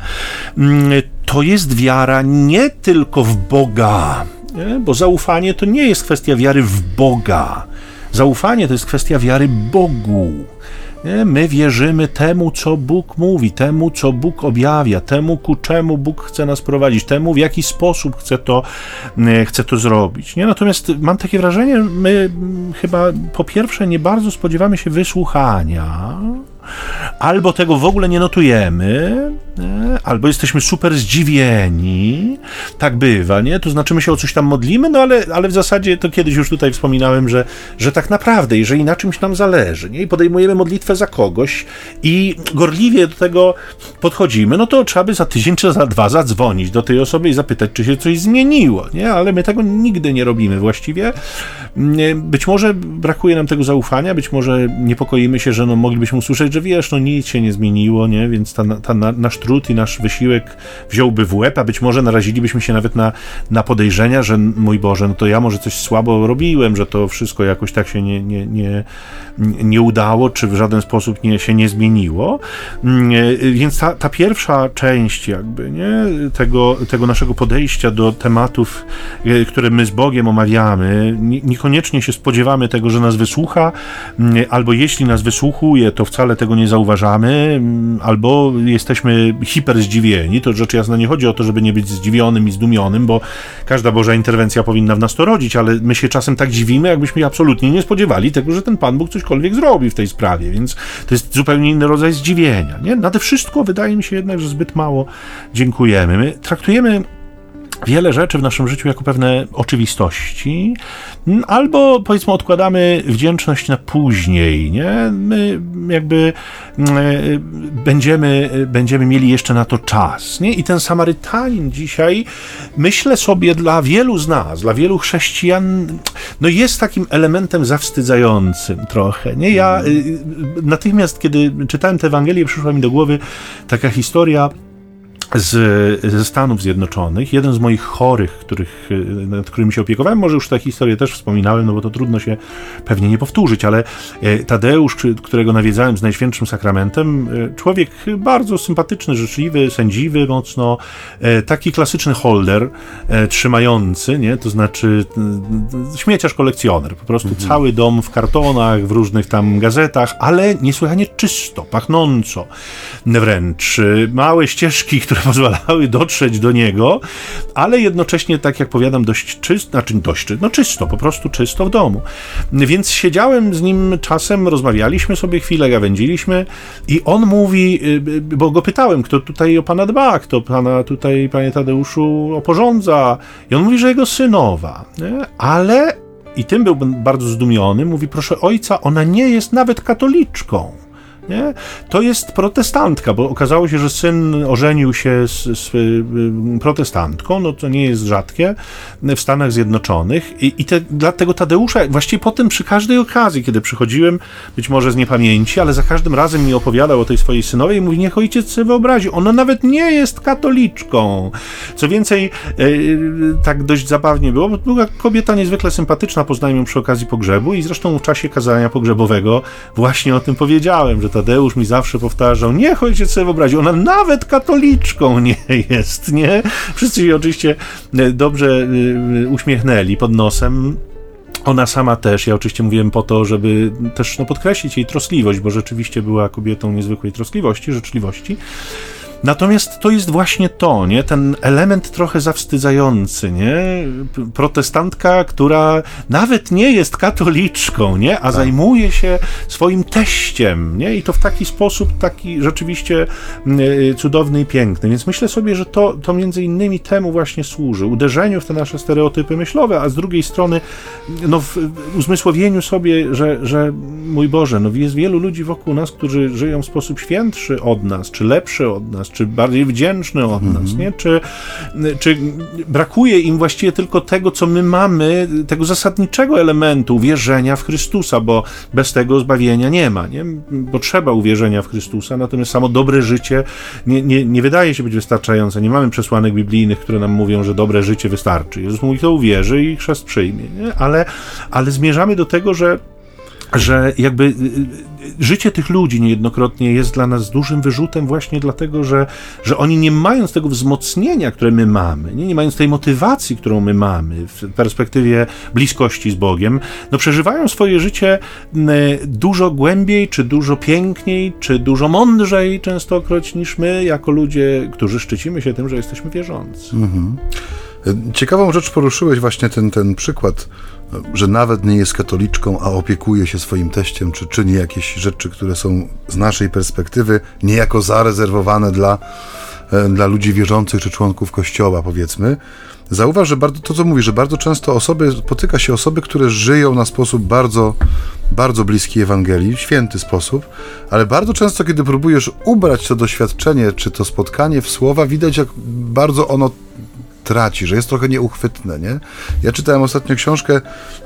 to jest wiara nie tylko w Boga, nie? Bo zaufanie to nie jest kwestia wiary w Boga. Zaufanie to jest kwestia wiary Bogu. Nie? My wierzymy temu, co Bóg mówi, temu, co Bóg objawia, temu, ku czemu Bóg chce nas prowadzić, temu, w jaki sposób chce to zrobić. Nie? Natomiast mam takie wrażenie, my chyba po pierwsze nie bardzo spodziewamy się wysłuchania, albo tego w ogóle nie notujemy, nie? Albo jesteśmy super zdziwieni, tak bywa, nie? To znaczy my się o coś tam modlimy, no ale w zasadzie to kiedyś już tutaj wspominałem, że tak naprawdę, jeżeli na czymś nam zależy, nie? I podejmujemy modlitwę za kogoś i gorliwie do tego podchodzimy, no to trzeba by za tydzień czy za 2 zadzwonić do tej osoby i zapytać, czy się coś zmieniło, nie? Ale my tego nigdy nie robimy właściwie. Być może brakuje nam tego zaufania, być może niepokoimy się, że moglibyśmy usłyszeć, że wiesz, nic się nie zmieniło, nie? Więc nasz trud i nasz wysiłek wziąłby w łeb, a być może narazilibyśmy się nawet na podejrzenia, że mój Boże, no to ja może coś słabo robiłem, że to wszystko jakoś tak się nie udało, czy w żaden sposób się nie zmieniło. Więc ta pierwsza część jakby, nie? Tego naszego podejścia do tematów, które my z Bogiem omawiamy, niekoniecznie się spodziewamy tego, że nas wysłucha, albo jeśli nas wysłuchuje, to wcale tego nie zauważamy, albo jesteśmy hiper zdziwieni. To rzecz jasna nie chodzi o to, żeby nie być zdziwionym i zdumionym, bo każda Boża interwencja powinna w nas to rodzić, ale my się czasem tak dziwimy, jakbyśmy się absolutnie nie spodziewali tego, że ten Pan Bóg cośkolwiek zrobi w tej sprawie, więc to jest zupełnie inny rodzaj zdziwienia. Nie? Nade wszystko wydaje mi się jednak, że zbyt mało dziękujemy. My traktujemy wiele rzeczy w naszym życiu jako pewne oczywistości, albo powiedzmy odkładamy wdzięczność na później, nie? My jakby będziemy mieli jeszcze na to czas, nie? I ten Samarytanin dzisiaj, myślę sobie, dla wielu z nas, dla wielu chrześcijan, jest takim elementem zawstydzającym trochę, nie? Ja natychmiast, kiedy czytałem tę Ewangelię, przyszła mi do głowy taka historia ze Stanów Zjednoczonych. Jeden z moich chorych, nad którymi się opiekowałem, może już tę historię też wspominałem, bo to trudno się pewnie nie powtórzyć, ale Tadeusz, którego nawiedzałem z Najświętszym Sakramentem, człowiek bardzo sympatyczny, życzliwy, sędziwy mocno, taki klasyczny holder, trzymający, nie? To znaczy śmieciarz kolekcjoner, po prostu cały dom w kartonach, w różnych tam gazetach, ale niesłychanie czysto, pachnąco wręcz, małe ścieżki, które pozwalały dotrzeć do niego, ale jednocześnie, tak jak powiadam, czysto, po prostu czysto w domu. Więc siedziałem z nim czasem, rozmawialiśmy sobie chwilę, gawędziliśmy i on mówi, bo go pytałem, kto tutaj o pana dba, kto pana tutaj, panie Tadeuszu, oporządza. I on mówi, że jego synowa, nie? Ale, i tym był bardzo zdumiony, mówi, proszę ojca, ona nie jest nawet katoliczką. Nie? To jest protestantka, bo okazało się, że syn ożenił się z protestantką, no to nie jest rzadkie w Stanach Zjednoczonych dla tego Tadeusza, właściwie potem przy każdej okazji, kiedy przychodziłem, być może z niepamięci, ale za każdym razem mi opowiadał o tej swojej synowej i mówi, niech ojciec sobie wyobrazi, ona nawet nie jest katoliczką. Co więcej, tak dość zabawnie było, bo była kobieta niezwykle sympatyczna, poznałem ją przy okazji pogrzebu i zresztą w czasie kazania pogrzebowego właśnie o tym powiedziałem, że Tadeusz mi zawsze powtarzał, niech ojciec sobie wyobrazi, ona nawet katoliczką nie jest, nie? Wszyscy się oczywiście dobrze uśmiechnęli pod nosem. Ona sama też, ja oczywiście mówiłem po to, żeby też podkreślić jej troskliwość, bo rzeczywiście była kobietą niezwykłej troskliwości, życzliwości. Natomiast to jest właśnie to, nie? Ten element trochę zawstydzający, nie? Protestantka, która nawet nie jest katoliczką, nie? A zajmuje się swoim teściem, nie? I to w taki sposób, taki rzeczywiście cudowny i piękny. Więc myślę sobie, że to między innymi temu właśnie służy. Uderzeniu w te nasze stereotypy myślowe, a z drugiej strony w uzmysłowieniu sobie, że mój Boże, jest wielu ludzi wokół nas, którzy żyją w sposób świętszy od nas, czy lepszy od nas, czy bardziej wdzięczny od nas, nie? Czy brakuje im właściwie tylko tego, co my mamy, tego zasadniczego elementu wierzenia w Chrystusa, bo bez tego zbawienia nie ma, nie? Potrzeba uwierzenia w Chrystusa, natomiast samo dobre życie nie wydaje się być wystarczające. Nie mamy przesłanek biblijnych, które nam mówią, że dobre życie wystarczy. Jezus mówi, kto uwierzy i chrzest przyjmie, nie? Ale zmierzamy do tego, że jakby życie tych ludzi niejednokrotnie jest dla nas dużym wyrzutem właśnie dlatego, że oni nie mając tego wzmocnienia, które my mamy, nie mając tej motywacji, którą my mamy w perspektywie bliskości z Bogiem, przeżywają swoje życie dużo głębiej, czy dużo piękniej, czy dużo mądrzej częstokroć niż my, jako ludzie, którzy szczycimy się tym, że jesteśmy wierzący. Mhm. Ciekawą rzecz poruszyłeś właśnie ten przykład, że nawet nie jest katoliczką, a opiekuje się swoim teściem, czy czyni jakieś rzeczy, które są z naszej perspektywy niejako zarezerwowane dla ludzi wierzących, czy członków Kościoła, powiedzmy. Zauważ, że to, co mówisz, że bardzo często spotyka się osoby, które żyją na sposób bardzo, bardzo bliski Ewangelii, w święty sposób, ale bardzo często, kiedy próbujesz ubrać to doświadczenie, czy to spotkanie w słowa, widać, jak bardzo ono traci, że jest trochę nieuchwytne, nie? Ja czytałem ostatnio książkę,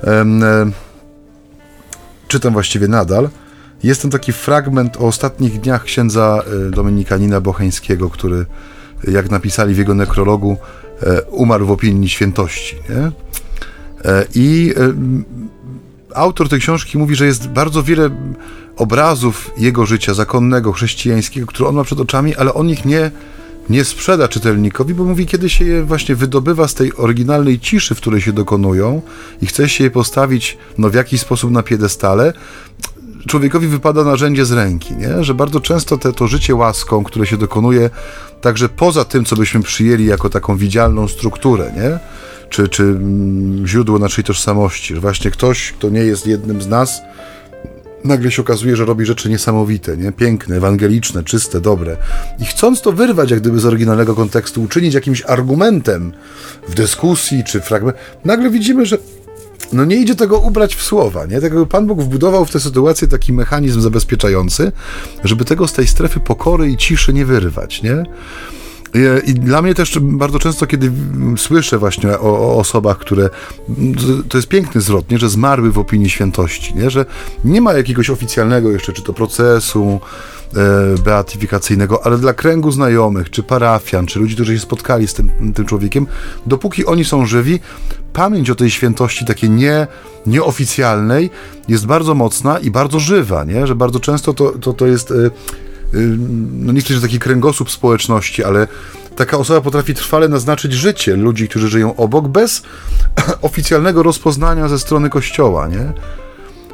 czytam właściwie nadal. Jest tam taki fragment o ostatnich dniach księdza dominikanina Bocheńskiego, który, jak napisali w jego nekrologu, umarł w opinii świętości, nie? I autor tej książki mówi, że jest bardzo wiele obrazów jego życia zakonnego, chrześcijańskiego, które on ma przed oczami, ale on ich nie sprzeda czytelnikowi, bo mówi, kiedy się je właśnie wydobywa z tej oryginalnej ciszy, w której się dokonują i chce się je postawić w jakiś sposób na piedestale, człowiekowi wypada narzędzie z ręki, nie? Że bardzo często to życie łaską, które się dokonuje także poza tym, co byśmy przyjęli jako taką widzialną strukturę, nie? Czy źródło naszej tożsamości, że właśnie ktoś, kto nie jest jednym z nas, nagle się okazuje, że robi rzeczy niesamowite, nie? Piękne, ewangeliczne, czyste, dobre. I chcąc to wyrwać jak gdyby z oryginalnego kontekstu, uczynić jakimś argumentem w dyskusji czy fragment, nagle widzimy, że nie idzie tego ubrać w słowa, nie? Tak jakby Pan Bóg wbudował w tę sytuację taki mechanizm zabezpieczający, żeby tego z tej strefy pokory i ciszy nie wyrwać, nie? I dla mnie też bardzo często, kiedy słyszę właśnie o osobach, które, to jest piękny zwrot, nie? Że zmarły w opinii świętości, nie? Że nie ma jakiegoś oficjalnego jeszcze, czy to procesu beatyfikacyjnego, ale dla kręgu znajomych, czy parafian, czy ludzi, którzy się spotkali z tym człowiekiem, dopóki oni są żywi, pamięć o tej świętości takiej nieoficjalnej jest bardzo mocna i bardzo żywa, nie? Że bardzo często to jest nie chcę, że taki kręgosłup społeczności, ale taka osoba potrafi trwale naznaczyć życie ludzi, którzy żyją obok, bez oficjalnego rozpoznania ze strony Kościoła, nie?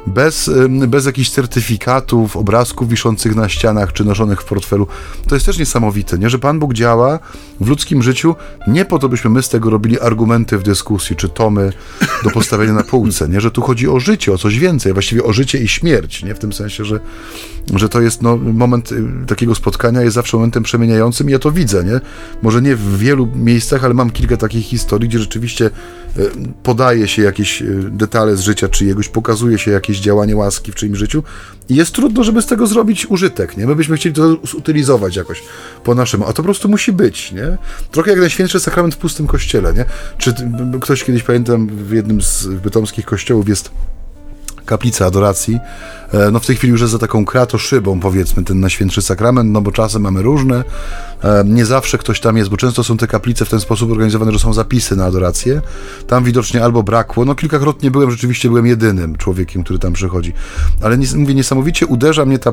bez jakichś certyfikatów, obrazków wiszących na ścianach, czy noszonych w portfelu. To jest też niesamowite, nie? Że Pan Bóg działa w ludzkim życiu nie po to, byśmy my z tego robili argumenty w dyskusji, czy tomy do postawienia na półce, nie? Że tu chodzi o życie, o coś więcej, właściwie o życie i śmierć, nie? W tym sensie, że to jest moment takiego spotkania jest zawsze momentem przemieniającym i ja to widzę, nie? Może nie w wielu miejscach, ale mam kilka takich historii, gdzie rzeczywiście podaje się jakieś detale z życia czyjegoś, pokazuje się jakieś działanie łaski w czyimś życiu i jest trudno, żeby z tego zrobić użytek, nie? My byśmy chcieli to zutylizować jakoś po naszemu, a to po prostu musi być, nie? Trochę jak Najświętszy Sakrament w pustym kościele, nie? Czy ktoś kiedyś, pamiętam, w jednym z bytomskich kościołów jest kaplica adoracji, no w tej chwili już jest za taką kratoszybą, powiedzmy, ten Najświętszy Sakrament, no bo czasem mamy różne, nie zawsze ktoś tam jest, bo często są te kaplice w ten sposób organizowane, że są zapisy na adorację, tam widocznie albo brakło, no kilkakrotnie rzeczywiście byłem jedynym człowiekiem, który tam przychodzi, ale mówię, niesamowicie uderza mnie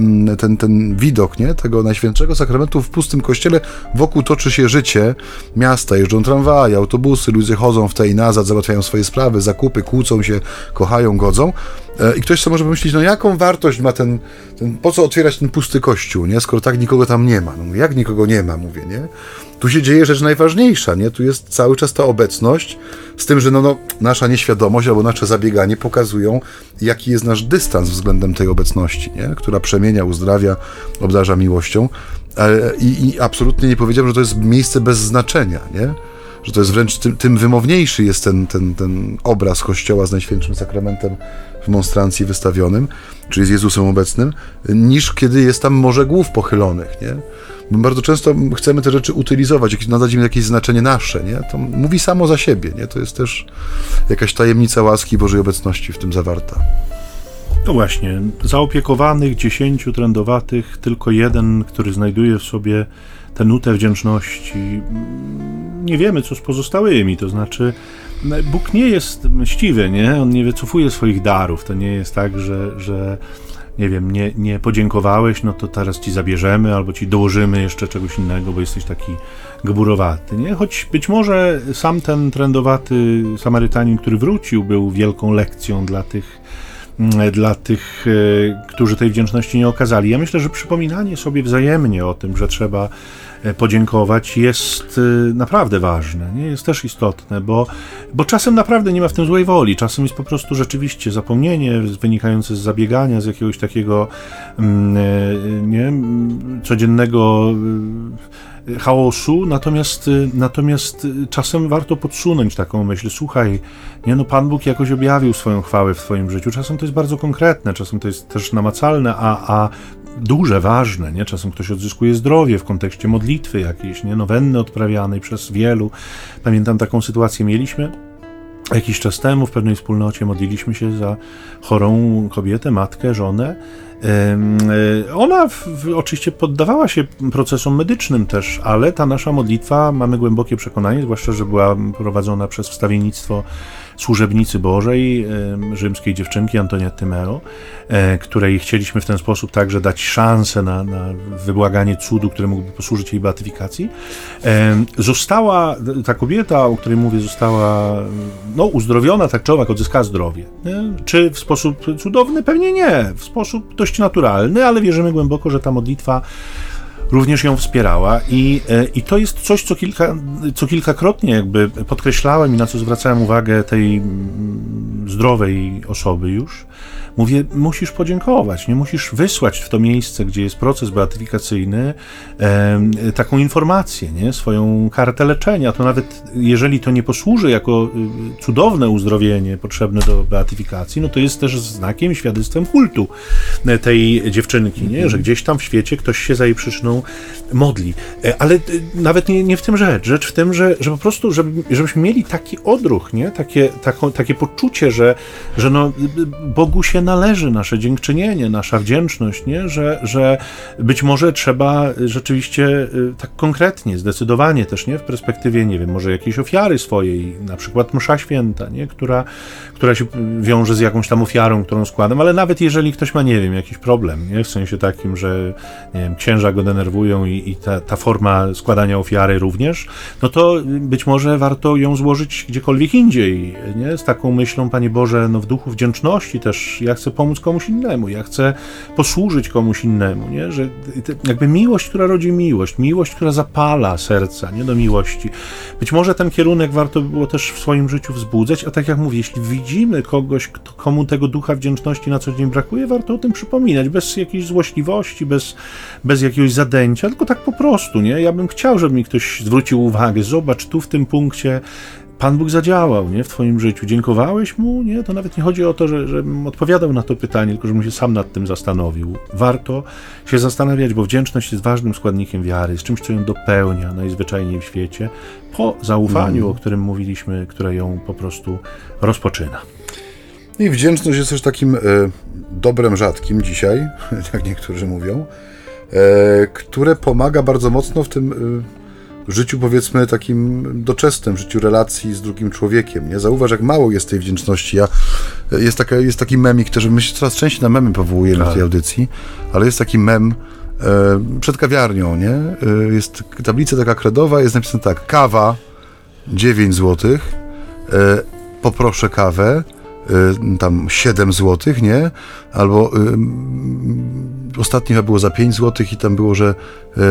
ten widok, nie? Tego Najświętszego Sakramentu w pustym kościele, wokół toczy się życie miasta, jeżdżą tramwaje, autobusy, ludzie chodzą w te i nazad, załatwiają swoje sprawy, zakupy, kłócą się, kochają, godzą i ktoś sobie może pomyśleć, no jaką wartość ma ten po co otwierać ten pusty kościół, nie? Skoro tak nikogo tam nie ma. No jak nikogo nie ma, mówię, nie? Tu się dzieje rzecz najważniejsza, nie? Tu jest cały czas ta obecność, z tym, że nasza nieświadomość albo nasze zabieganie pokazują, jaki jest nasz dystans względem tej obecności, nie? Która przemienia, uzdrawia, obdarza miłością. I absolutnie nie powiedziałem, że to jest miejsce bez znaczenia, nie? Że to jest wręcz tym wymowniejszy jest ten obraz Kościoła z Najświętszym Sakramentem w monstrancji wystawionym, czyli z Jezusem obecnym, niż kiedy jest tam morze głów pochylonych, nie? Bo bardzo często chcemy te rzeczy utylizować, nadać im jakieś znaczenie nasze, nie? To mówi samo za siebie, nie? To jest też jakaś tajemnica łaski Bożej obecności w tym zawarta. No właśnie, zaopiekowanych 10 trędowatych, tylko jeden, który znajduje w sobie tę nutę wdzięczności. Nie wiemy, co z pozostałymi, to znaczy Bóg nie jest mściwy, nie? On nie wycofuje swoich darów. To nie jest tak, że nie wiem, nie podziękowałeś, no to teraz ci zabierzemy albo ci dołożymy jeszcze czegoś innego, bo jesteś taki gburowaty, nie? Choć być może sam ten trędowaty Samarytanin, który wrócił, był wielką lekcją dla tych, którzy tej wdzięczności nie okazali. Ja myślę, że przypominanie sobie wzajemnie o tym, że trzeba podziękować, jest naprawdę ważne, nie? Jest też istotne, bo czasem naprawdę nie ma w tym złej woli, czasem jest po prostu rzeczywiście zapomnienie wynikające z zabiegania, z jakiegoś takiego codziennego chaosu, natomiast czasem warto podsunąć taką myśl, słuchaj, Pan Bóg jakoś objawił swoją chwałę w twoim życiu, czasem to jest bardzo konkretne, czasem to jest też namacalne, a duże, ważne, nie? Czasem ktoś odzyskuje zdrowie w kontekście modlitwy jakiejś, nie? Nowenny odprawianej przez wielu. Pamiętam taką sytuację mieliśmy jakiś czas temu w pewnej wspólnocie, modliliśmy się za chorą kobietę, matkę, żonę. Ona oczywiście poddawała się procesom medycznym też, ale ta nasza modlitwa, mamy głębokie przekonanie, zwłaszcza, że była prowadzona przez wstawiennictwo służebnicy Bożej, rzymskiej dziewczynki Antonietty Meo, której chcieliśmy w ten sposób także dać szansę na wybłaganie cudu, który mógłby posłużyć jej beatyfikacji. Ta kobieta, o której mówię, została uzdrowiona, tak czy owak, odzyskała zdrowie. Nie? Czy w sposób cudowny? Pewnie nie. W sposób dość naturalny, ale wierzymy głęboko, że ta modlitwa również ją wspierała i to jest coś, co kilkakrotnie jakby podkreślałem i na co zwracałem uwagę tej zdrowej osoby już. Mówię, musisz podziękować, nie musisz wysłać w to miejsce, gdzie jest proces beatyfikacyjny, taką informację, nie? Swoją kartę leczenia. To nawet jeżeli to nie posłuży jako cudowne uzdrowienie potrzebne do beatyfikacji, no to jest też znakiem, świadectwem kultu tej dziewczynki, nie? Że gdzieś tam w świecie ktoś się za jej przyczyną modli. Ale nawet nie w tym rzecz. Rzecz w tym, że po prostu, żebyśmy mieli taki odruch, nie? Takie poczucie, że Bogu się należy nasze dziękczynienie, nasza wdzięczność, nie? Że być może trzeba rzeczywiście tak konkretnie, zdecydowanie też, nie? W perspektywie, nie wiem, może jakiejś ofiary swojej, na przykład msza święta, nie? Która się wiąże z jakąś tam ofiarą, którą składam, ale nawet jeżeli ktoś ma, nie wiem, jakiś problem, nie? W sensie takim, że nie wiem, księża go denerwują i ta forma składania ofiary również, no to być może warto ją złożyć gdziekolwiek indziej, nie? Z taką myślą, Panie Boże, w duchu wdzięczności też ja chcę pomóc komuś innemu, ja chcę posłużyć komuś innemu, nie? Że jakby miłość, która rodzi miłość, która zapala serca, nie, do miłości. Być może ten kierunek warto było też w swoim życiu wzbudzać, a tak jak mówię, jeśli widzimy kogoś, komu tego ducha wdzięczności na co dzień brakuje, warto o tym przypominać, bez jakiejś złośliwości, bez jakiegoś zadęcia, tylko tak po prostu, nie? Ja bym chciał, żeby mi ktoś zwrócił uwagę, zobacz, tu w tym punkcie Pan Bóg zadziałał, nie, w twoim życiu. Dziękowałeś Mu, nie? To nawet nie chodzi o to, żebym odpowiadał na to pytanie, tylko żebym się sam nad tym zastanowił. Warto się zastanawiać, bo wdzięczność jest ważnym składnikiem wiary, jest czymś, co ją dopełnia najzwyczajniej w świecie, po zaufaniu, o którym mówiliśmy, które ją po prostu rozpoczyna. I wdzięczność jest też takim dobrem rzadkim dzisiaj, jak niektórzy mówią, które pomaga bardzo mocno w tym życiu, powiedzmy, takim doczesnym, życiu relacji z drugim człowiekiem, nie? Zauważ, jak mało jest tej wdzięczności. Jest taki memik, też my się coraz częściej na memy powołujemy w tej audycji, ale jest taki mem przed kawiarnią, nie? Jest tablica taka kredowa, jest napisane tak: kawa 9 zł, poproszę kawę, tam 7 zł, nie? Albo ostatnio chyba było za 5 zł i tam było, że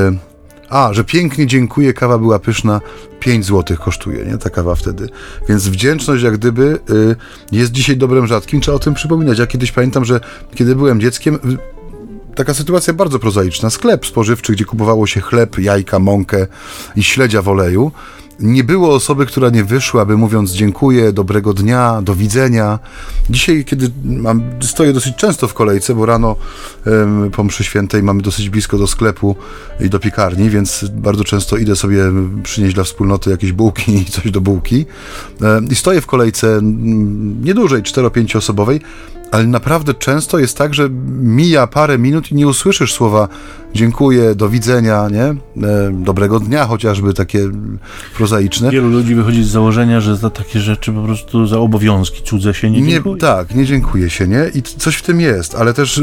że pięknie dziękuję, kawa była pyszna, 5 zł kosztuje, nie? Ta kawa wtedy. Więc wdzięczność jak gdyby jest dzisiaj dobrem rzadkim, trzeba o tym przypominać. Ja kiedyś pamiętam, że kiedy byłem dzieckiem, taka sytuacja bardzo prozaiczna, sklep spożywczy, gdzie kupowało się chleb, jajka, mąkę i śledzia w oleju. Nie było osoby, która nie wyszła, mówiąc dziękuję, dobrego dnia, do widzenia. Dzisiaj, kiedy stoję dosyć często w kolejce, bo rano po mszy świętej mamy dosyć blisko do sklepu i do piekarni, więc bardzo często idę sobie przynieść dla wspólnoty jakieś bułki i coś do bułki. I stoję w kolejce niedużej, 4-5 osobowej, ale naprawdę często jest tak, że mija parę minut i nie usłyszysz słowa dziękuję, do widzenia, nie? Dobrego dnia, chociażby takie prozaiczne. Wielu ludzi wychodzi z założenia, że za takie rzeczy po prostu, za obowiązki cudze się nie dziękuje. Nie dziękuję się, nie? I coś w tym jest, ale też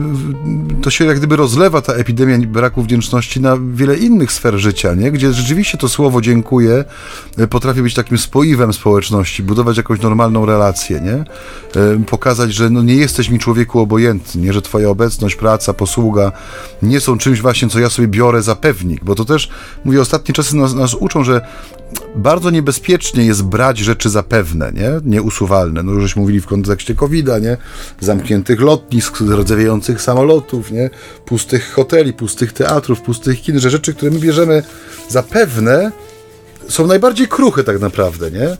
to się jak gdyby rozlewa, ta epidemia braku wdzięczności, na wiele innych sfer życia, nie? Gdzie rzeczywiście to słowo dziękuję potrafi być takim spoiwem społeczności, budować jakąś normalną relację, nie? Pokazać, że nie jesteś mi, człowieku, obojętny, nie? Że twoja obecność, praca, posługa nie są czymś właśnie, co ja sobie biorę za pewnik, bo to też, mówię, ostatnie czasy nas uczą, że bardzo niebezpiecznie jest brać rzeczy za pewne, nie? Nieusuwalne. No już żeśmy mówili w kontekście COVID-a, nie? Zamkniętych lotnisk, rdzewiejących samolotów, nie? Pustych hoteli, pustych teatrów, pustych kin, że rzeczy, które my bierzemy za pewne, są najbardziej kruche tak naprawdę, nie?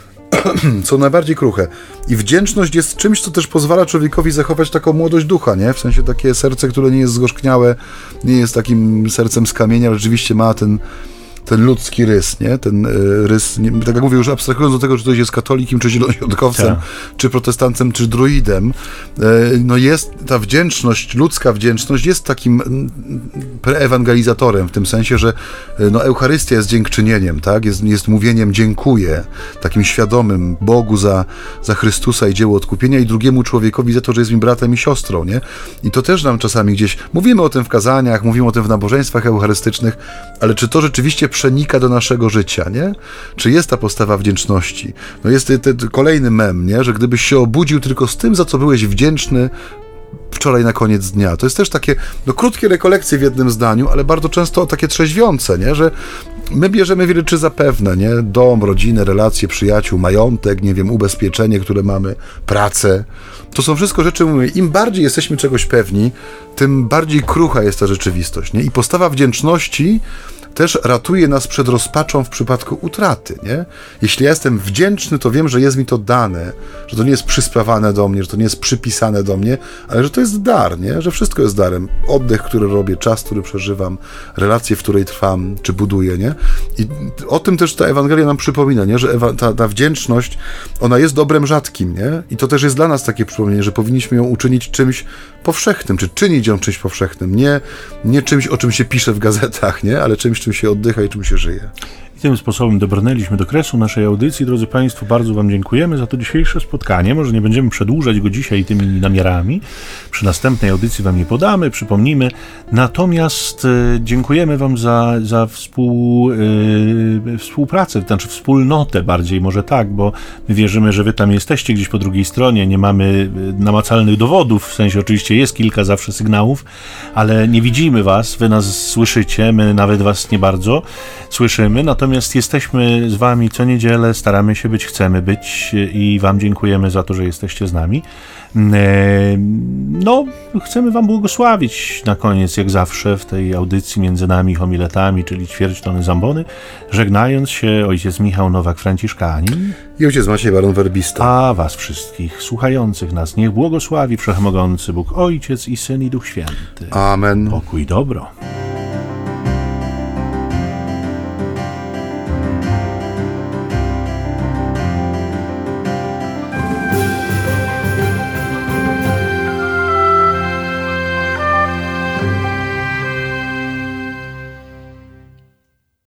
Są najbardziej kruche. I wdzięczność jest czymś, co też pozwala człowiekowi zachować taką młodość ducha, nie? W sensie takie serce, które nie jest zgorzkniałe, nie jest takim sercem z kamienia, ale rzeczywiście ma ten ludzki rys, nie? Ten rys, tak jak mówię, już abstrahując do tego, czy ktoś jest katolikiem, czy zielonoświątkowcem, czy protestantem, czy druidem, no jest ta wdzięczność, ludzka wdzięczność jest takim preewangelizatorem, w tym sensie, że Eucharystia jest dziękczynieniem, tak? Jest mówieniem dziękuję, takim świadomym Bogu za Chrystusa i dzieło odkupienia i drugiemu człowiekowi za to, że jest mi bratem i siostrą, nie? I to też nam czasami gdzieś, mówimy o tym w kazaniach, mówimy o tym w nabożeństwach eucharystycznych, ale czy to rzeczywiście przenika do naszego życia, nie? Czy jest ta postawa wdzięczności? No jest ten kolejny mem, nie? Że gdybyś się obudził tylko z tym, za co byłeś wdzięczny wczoraj na koniec dnia. To jest też takie, krótkie rekolekcje w jednym zdaniu, ale bardzo często takie trzeźwiące, nie? Że my bierzemy wiele rzeczy za pewne, nie? Dom, rodzinę, relacje, przyjaciół, majątek, nie wiem, ubezpieczenie, które mamy, pracę. To są wszystko rzeczy, mówię, im bardziej jesteśmy czegoś pewni, tym bardziej krucha jest ta rzeczywistość, nie? I postawa wdzięczności też ratuje nas przed rozpaczą w przypadku utraty, nie? Jeśli ja jestem wdzięczny, to wiem, że jest mi to dane, że to nie jest przyspawane do mnie, że to nie jest przypisane do mnie, ale że to jest dar, nie? Że wszystko jest darem. Oddech, który robię, czas, który przeżywam, relacje, w której trwam, czy buduję, nie? I o tym też ta Ewangelia nam przypomina, nie? Że ta wdzięczność, ona jest dobrem rzadkim, nie? I to też jest dla nas takie przypomnienie, że powinniśmy ją uczynić czymś powszechnym, czy czynić ją czymś powszechnym, nie czymś, o czym się pisze w gazetach, nie? Ale czymś, czym się oddycha i czym się żyje. Tym sposobem dobrnęliśmy do kresu naszej audycji. Drodzy Państwo, bardzo Wam dziękujemy za to dzisiejsze spotkanie. Może nie będziemy przedłużać go dzisiaj tymi namiarami. Przy następnej audycji Wam je podamy, przypomnimy. Natomiast dziękujemy Wam za współpracę, to znaczy wspólnotę bardziej, może tak, bo my wierzymy, że Wy tam jesteście gdzieś po drugiej stronie. Nie mamy namacalnych dowodów, w sensie oczywiście jest kilka zawsze sygnałów, ale nie widzimy Was, Wy nas słyszycie, my nawet Was nie bardzo słyszymy, natomiast jesteśmy z Wami co niedzielę, staramy się być, chcemy być i Wam dziękujemy za to, że jesteście z nami. No, chcemy Wam błogosławić na koniec, jak zawsze w tej audycji między nami homiletami, czyli ćwierć tony zambony, żegnając się ojciec Michał Nowak-Franciszkanin i ojciec Maciej Baron-Werbista. A Was wszystkich słuchających nas niech błogosławi Wszechmogący Bóg, Ojciec i Syn i Duch Święty. Amen. Pokój, dobro.